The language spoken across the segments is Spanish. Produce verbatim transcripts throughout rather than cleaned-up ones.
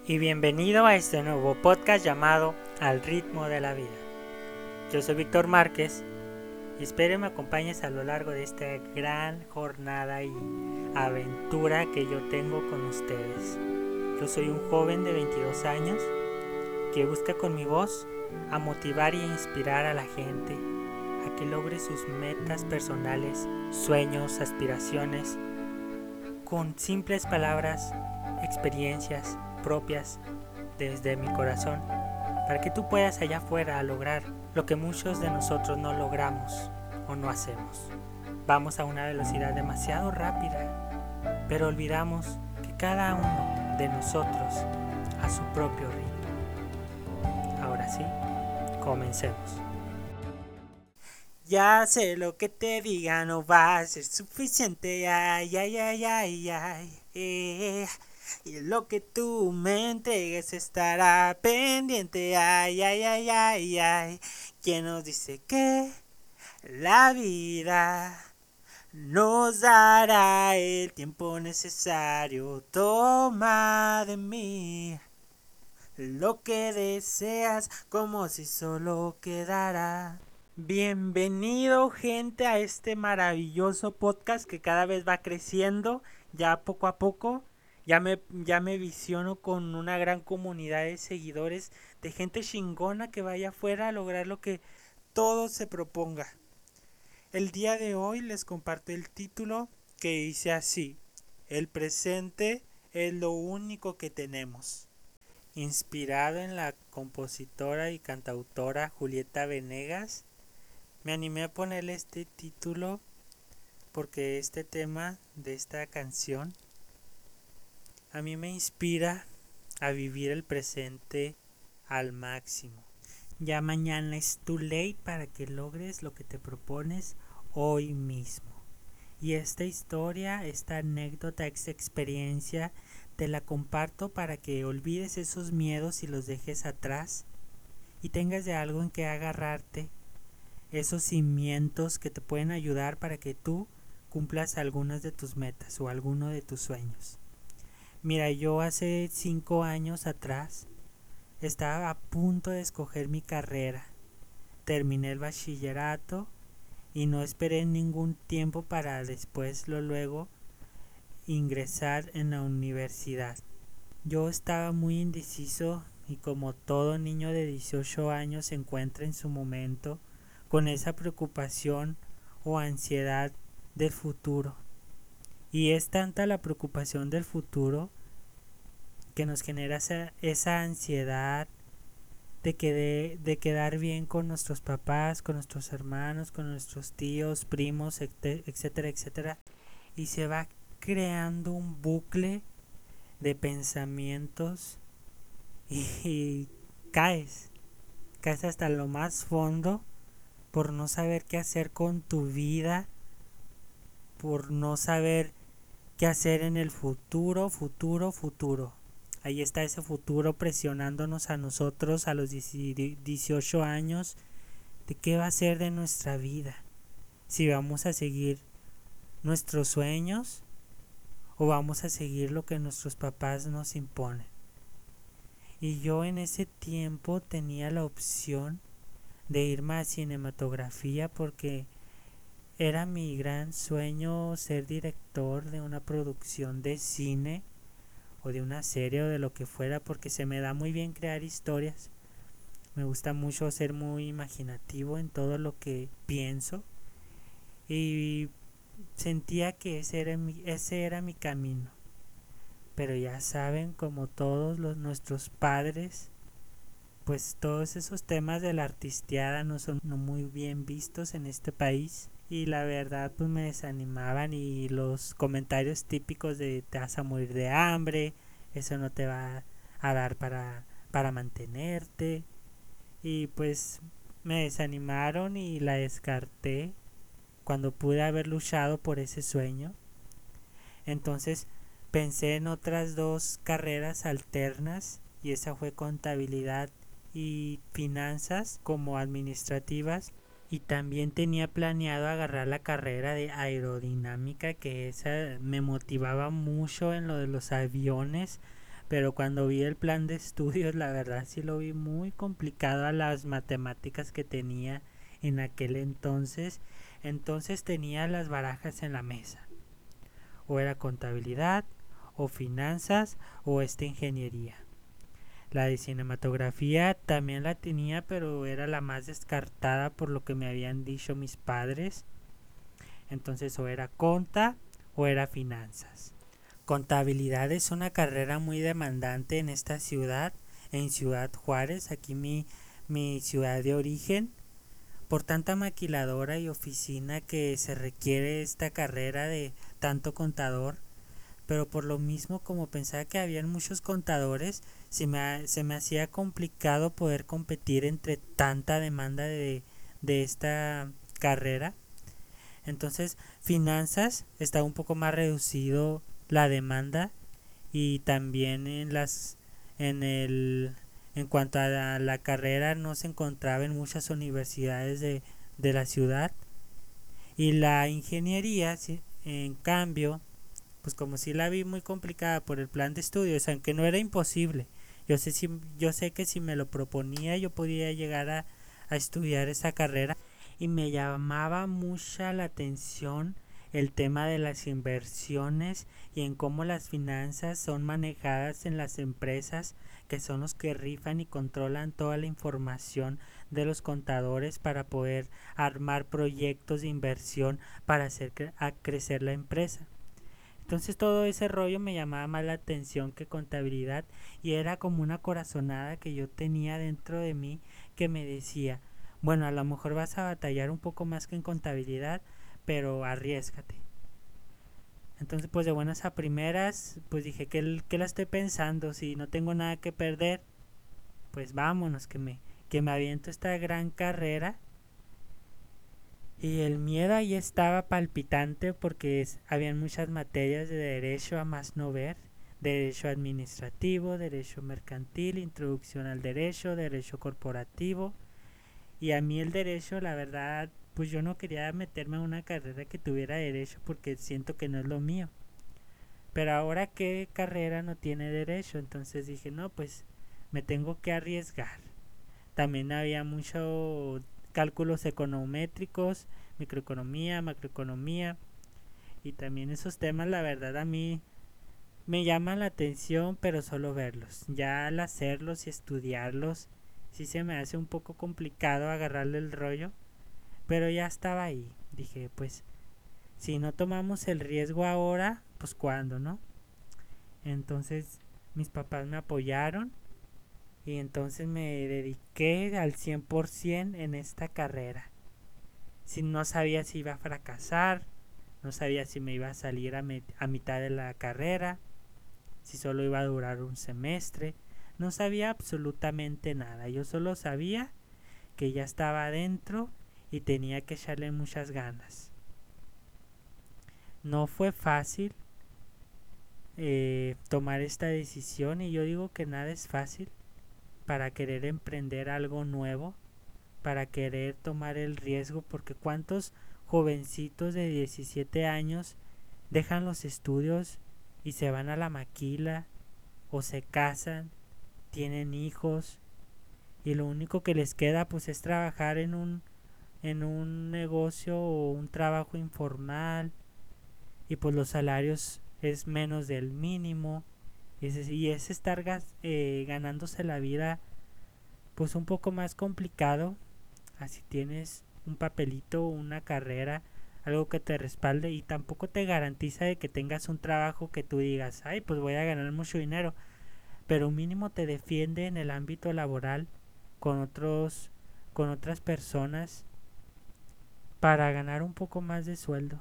y bienvenido a este nuevo podcast llamado Al ritmo de la vida. Yo soy Víctor Márquez y espero me acompañes a lo largo de esta gran jornada y aventura que yo tengo con ustedes. Yo soy un joven de veintidós años que busca con mi voz a motivar e inspirar a la gente a que logre sus metas personales, sueños, aspiraciones, con simples palabras, experiencias propias desde mi corazón, para que tú puedas allá afuera lograr lo que muchos de nosotros no logramos o no hacemos. Vamos a una velocidad demasiado rápida, pero olvidamos que cada uno de nosotros a su propio ritmo. Ahora sí, comencemos. Ya sé lo que te diga no va a ser suficiente, ay, ay, ay, ay, ay, eh. Y lo que tú me entregues estará pendiente, ay, ay, ay, ay, ay. ¿Quién nos dice que la vida nos dará el tiempo necesario? Toma de mí lo que deseas como si solo quedara. Bienvenido, gente, a este maravilloso podcast que cada vez va creciendo, ya poco a poco. Ya me, ya me visiono con una gran comunidad de seguidores, de gente chingona que vaya afuera a lograr lo que todo se proponga. El día de hoy les comparto el título que dice así: el presente es lo único que tenemos. Inspirado en la compositora y cantautora Julieta Venegas, me animé a ponerle este título porque este tema de esta canción a mí me inspira a vivir el presente al máximo. Ya mañana es too late para que logres lo que te propones hoy mismo. Y esta historia, esta anécdota, esta experiencia, te la comparto para que olvides esos miedos y los dejes atrás y tengas de algo en que agarrarte, esos cimientos que te pueden ayudar para que tú cumplas algunas de tus metas o alguno de tus sueños. Mira, yo hace cinco años atrás estaba a punto de escoger mi carrera. Terminé el bachillerato y no esperé ningún tiempo para después lo luego ingresar en la universidad. Yo estaba muy indeciso y como todo niño de dieciocho años se encuentra en su momento con esa preocupación o ansiedad del futuro. Y es tanta la preocupación del futuro que nos genera esa, esa ansiedad de, que de, de quedar bien con nuestros papás, con nuestros hermanos, con nuestros tíos, primos, etcétera, etcétera. Y se va creando un bucle de pensamientos y, y caes, caes hasta lo más fondo por no saber qué hacer con tu vida, por no saber qué hacer en el futuro, futuro, futuro. Ahí está ese futuro presionándonos a nosotros a los dieciocho años de qué va a ser de nuestra vida. Si vamos a seguir nuestros sueños o vamos a seguir lo que nuestros papás nos imponen. Y yo en ese tiempo tenía la opción de irme a cinematografía porque era mi gran sueño ser director de una producción de cine o de una serie o de lo que fuera, porque se me da muy bien crear historias. Me gusta mucho ser muy imaginativo en todo lo que pienso y sentía que ese era mi, ese era mi camino. Pero ya saben, como todos los, nuestros padres, pues todos esos temas de la artisteada no son muy bien vistos en este país. Y la verdad pues me desanimaban y los comentarios típicos de te vas a morir de hambre, eso no te va a dar para, para mantenerte. Y pues me desanimaron y la descarté cuando pude haber luchado por ese sueño. Entonces pensé en otras dos carreras alternas y esa fue contabilidad y finanzas como administrativas. Y también tenía planeado agarrar la carrera de aerodinámica, que esa me motivaba mucho en lo de los aviones, pero cuando vi el plan de estudios, la verdad sí lo vi muy complicado a las matemáticas que tenía en aquel entonces. Entonces tenía las barajas en la mesa. O era contabilidad, o finanzas, o esta ingeniería. La de cinematografía también la tenía, pero era la más descartada por lo que me habían dicho mis padres. Entonces o era conta o era finanzas. Contabilidad es una carrera muy demandante en esta ciudad, en Ciudad Juárez, aquí mi, mi ciudad de origen, por tanta maquiladora y oficina que se requiere esta carrera de tanto contador, pero por lo mismo como pensaba que habían muchos contadores, se me, se me hacía complicado poder competir entre tanta demanda de, de esta carrera. Entonces, finanzas está un poco más reducido la demanda y también en las en el en cuanto a la, la carrera no se encontraba en muchas universidades de, de la ciudad, y la ingeniería en cambio pues como si la vi muy complicada por el plan de estudios, aunque no era imposible. Yo sé si yo sé que si me lo proponía yo podía llegar a, a estudiar esa carrera, y me llamaba mucha la atención el tema de las inversiones y en cómo las finanzas son manejadas en las empresas, que son los que rifan y controlan toda la información de los contadores para poder armar proyectos de inversión para hacer cre- a crecer la empresa. Entonces todo ese rollo me llamaba más la atención que contabilidad, y era como una corazonada que yo tenía dentro de mí que me decía, bueno, a lo mejor vas a batallar un poco más que en contabilidad, pero arriésgate. Entonces pues de buenas a primeras pues dije, ¿qué, qué la estoy pensando? Si no tengo nada que perder, pues vámonos, que me, que me aviento esta gran carrera. Y el miedo ahí estaba palpitante porque es, habían muchas materias de derecho a más no ver, derecho administrativo, derecho mercantil, introducción al derecho, derecho corporativo, y a mí el derecho, la verdad, pues yo no quería meterme en una carrera que tuviera derecho porque siento que no es lo mío. Pero ahora qué carrera no tiene derecho, entonces dije, no, pues me tengo que arriesgar. También había muchos cálculos econométricos, microeconomía, macroeconomía, y también esos temas la verdad a mí me llaman la atención, pero solo verlos. Ya al hacerlos y estudiarlos sí se me hace un poco complicado agarrarle el rollo, pero ya estaba ahí. Dije, pues si no tomamos el riesgo ahora, pues cuándo, ¿no? Entonces mis papás me apoyaron y entonces me dediqué al cien por ciento en esta carrera. Si no sabía si iba a fracasar, no sabía si me iba a salir a, me- a mitad de la carrera, si solo iba a durar un semestre, no sabía absolutamente nada. Yo solo sabía que ya estaba adentro y tenía que echarle muchas ganas. No fue fácil eh, tomar esta decisión, y yo digo que nada es fácil para querer emprender algo nuevo, para querer tomar el riesgo, porque cuántos jovencitos de diecisiete años dejan los estudios y se van a la maquila o se casan, tienen hijos, y lo único que les queda pues es trabajar en un en un negocio o un trabajo informal, y pues los salarios es menos del mínimo, y es, y es estar gas, eh, ganándose la vida pues un poco más complicado. Así tienes un papelito, una carrera, algo que te respalde, y tampoco te garantiza de que tengas un trabajo que tú digas, ay, pues voy a ganar mucho dinero, pero mínimo te defiende en el ámbito laboral con otros con otras personas para ganar un poco más de sueldo.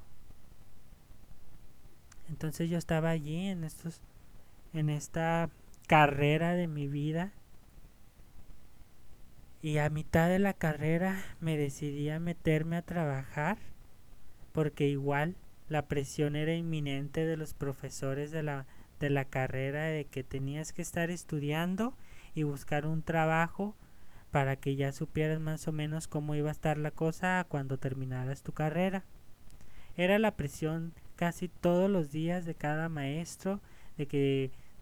Entonces yo estaba allí en estos en esta carrera de mi vida, y a mitad de la carrera me decidí a meterme a trabajar, porque igual la presión era inminente de los profesores de la, de la carrera, de que tenías que estar estudiando y buscar un trabajo para que ya supieras más o menos cómo iba a estar la cosa cuando terminaras tu carrera. Era la presión casi todos los días de cada maestro, de que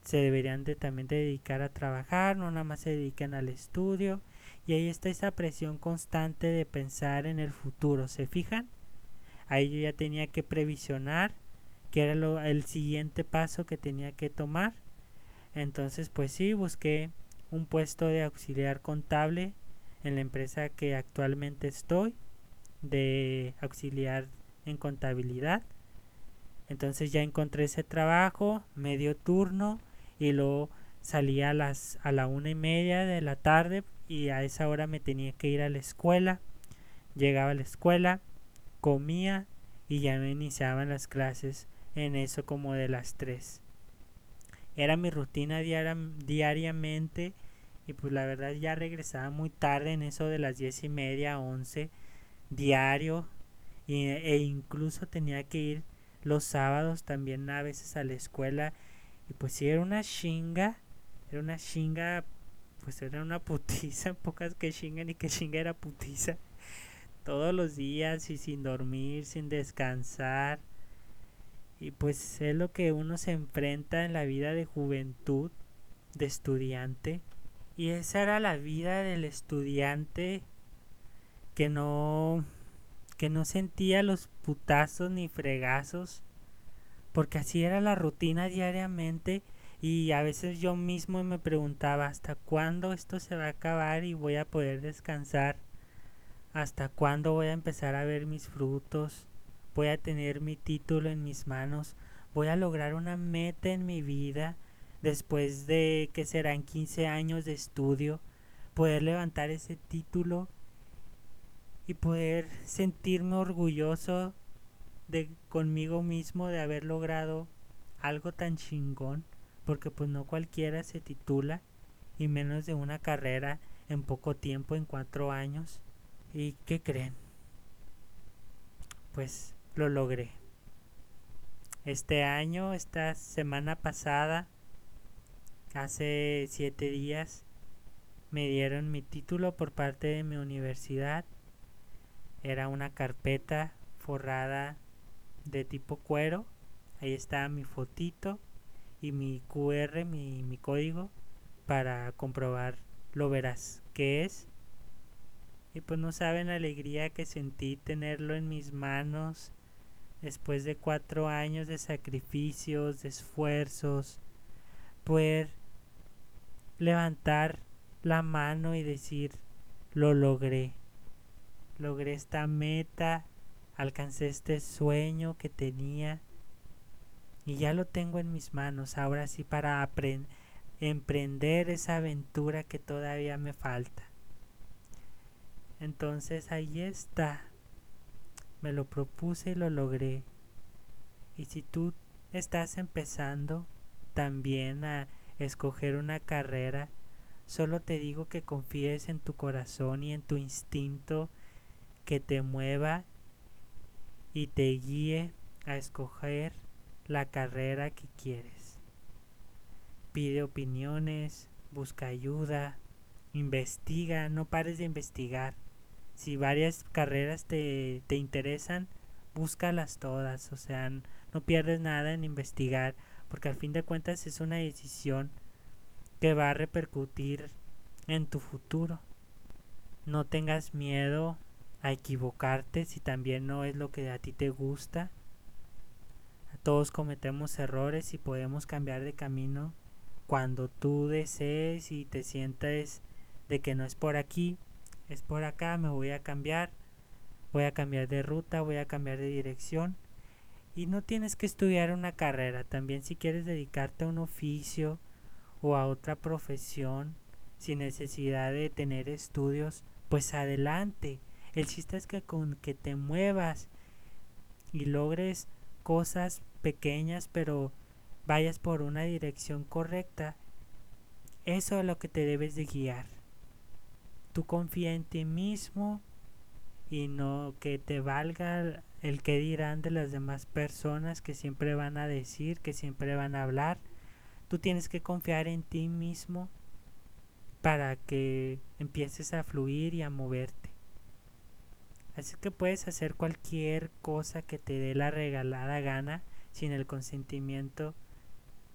se deberían de también de dedicar a trabajar, no nada más se dediquen al estudio. Y ahí está esa presión constante de pensar en el futuro, ¿se fijan? Ahí yo ya tenía que previsionar qué era lo, el siguiente paso que tenía que tomar. Entonces pues sí, busqué un puesto de auxiliar contable en la empresa que actualmente estoy, de auxiliar en contabilidad. Entonces ya encontré ese trabajo, medio turno, y luego salía a las a la una y media de la tarde y a esa hora me tenía que ir a la escuela. Llegaba a la escuela, comía y ya me iniciaban las clases en eso como de las tres. Era mi rutina diaria, diariamente, y pues la verdad ya regresaba muy tarde, en eso de las diez y media, once diario, y, e incluso tenía que ir los sábados también a veces a la escuela. Y pues sí, era una chinga, era una chinga, pues era una putiza, pocas que chingan y que chinga era putiza. Todos los días y sin dormir, sin descansar. Y pues es lo que uno se enfrenta en la vida de juventud, de estudiante. Y esa era la vida del estudiante que no que no sentía los putazos ni fregazos, porque así era la rutina diariamente. Y a veces yo mismo me preguntaba hasta cuándo esto se va a acabar y voy a poder descansar, hasta cuándo voy a empezar a ver mis frutos, voy a tener mi título en mis manos, voy a lograr una meta en mi vida después de que serán quince años de estudio, poder levantar ese título y poder sentirme orgulloso de conmigo mismo de haber logrado algo tan chingón, porque pues no cualquiera se titula, y menos de una carrera en poco tiempo, en cuatro años. ¿Y qué creen? Pues lo logré. Este año, esta semana pasada, hace siete días, me dieron mi título por parte de mi universidad. Era una carpeta forrada de tipo cuero. Ahí está mi fotito y mi Q R, mi, mi código, para comprobar lo veraz que es. Y pues no saben la alegría que sentí tenerlo en mis manos después de cuatro años de sacrificios, de esfuerzos, poder levantar la mano y decir, lo logré, logré esta meta, alcancé este sueño que tenía y ya lo tengo en mis manos, ahora sí, para aprender, emprender esa aventura que todavía me falta. Entonces ahí está, me lo propuse y lo logré. Y si tú estás empezando también a escoger una carrera, solo te digo que confíes en tu corazón y en tu instinto, que te mueva y te guíe a escoger la carrera que quieres. Pide opiniones, busca ayuda, investiga, no pares de investigar. Si varias carreras te, te interesan, búscalas todas, o sea, no pierdes nada en investigar, porque al fin de cuentas es una decisión que va a repercutir en tu futuro. No tengas miedo a equivocarte si también no es lo que a ti te gusta. Todos cometemos errores y podemos cambiar de camino cuando tú desees y te sientas de que no es por aquí, es por acá, me voy a cambiar, voy a cambiar de ruta, voy a cambiar de dirección. Y no tienes que estudiar una carrera, también si quieres dedicarte a un oficio o a otra profesión sin necesidad de tener estudios, pues adelante. El chiste es que con que te muevas y logres cosas pequeñas, pero vayas por una dirección correcta, eso es lo que te debes de guiar. Tú confía en ti mismo y no que te valga el que dirán de las demás personas, que siempre van a decir, que siempre van a hablar. Tú tienes que confiar en ti mismo para que empieces a fluir y a moverte. Así que puedes hacer cualquier cosa que te dé la regalada gana sin el consentimiento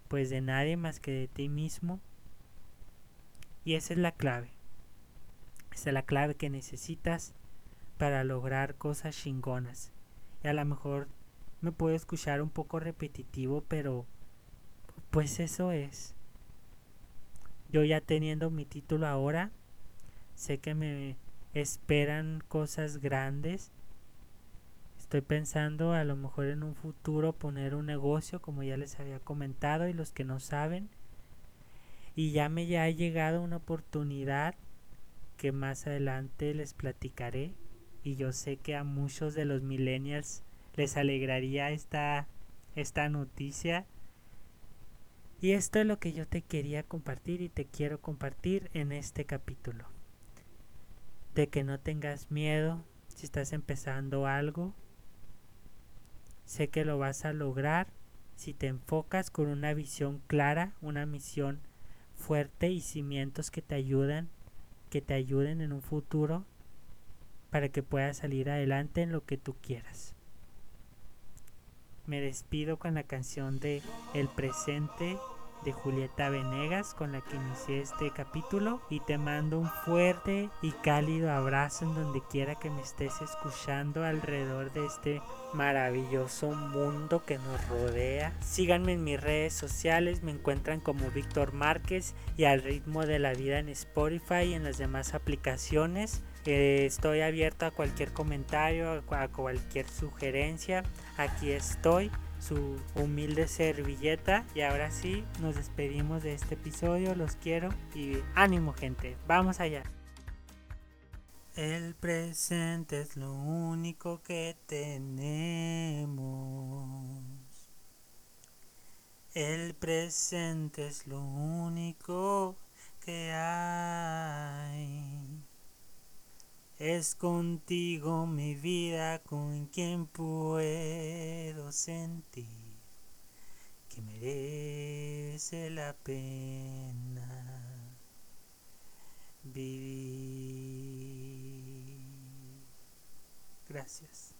pues de nadie más que de ti mismo. Y esa es la clave. Esa es la clave que necesitas para lograr cosas chingonas. Y a lo mejor me puedo escuchar un poco repetitivo, pero pues eso es. Yo ya teniendo mi título ahora, sé que me esperan cosas grandes. Estoy pensando a lo mejor en un futuro poner un negocio, como ya les había comentado, y los que no saben. Y ya me ya ha llegado una oportunidad que más adelante les platicaré. Y yo sé que a muchos de los millennials les alegraría esta, esta noticia. Y esto es lo que yo te quería compartir y te quiero compartir en este capítulo. De que no tengas miedo si estás empezando algo. Sé que lo vas a lograr si te enfocas con una visión clara, una misión fuerte y cimientos que te ayudan, que te ayuden en un futuro para que puedas salir adelante en lo que tú quieras. Me despido con la canción de El Presente de Julieta Venegas, con la que inicié este capítulo, y te mando un fuerte y cálido abrazo en donde quiera que me estés escuchando alrededor de este maravilloso mundo que nos rodea. Síganme en mis redes sociales, me encuentran como Víctor Márquez y Al Ritmo de la Vida en Spotify y en las demás aplicaciones. Eh, estoy abierto a cualquier comentario, a cualquier sugerencia. Aquí estoy, su humilde servilleta. Y ahora sí, nos despedimos de este episodio. Los quiero y ánimo, gente. Vamos allá. El presente es lo único que tenemos. El presente es lo único que hay. Es contigo mi vida, con quien puedo sentir que merece la pena vivir. Gracias.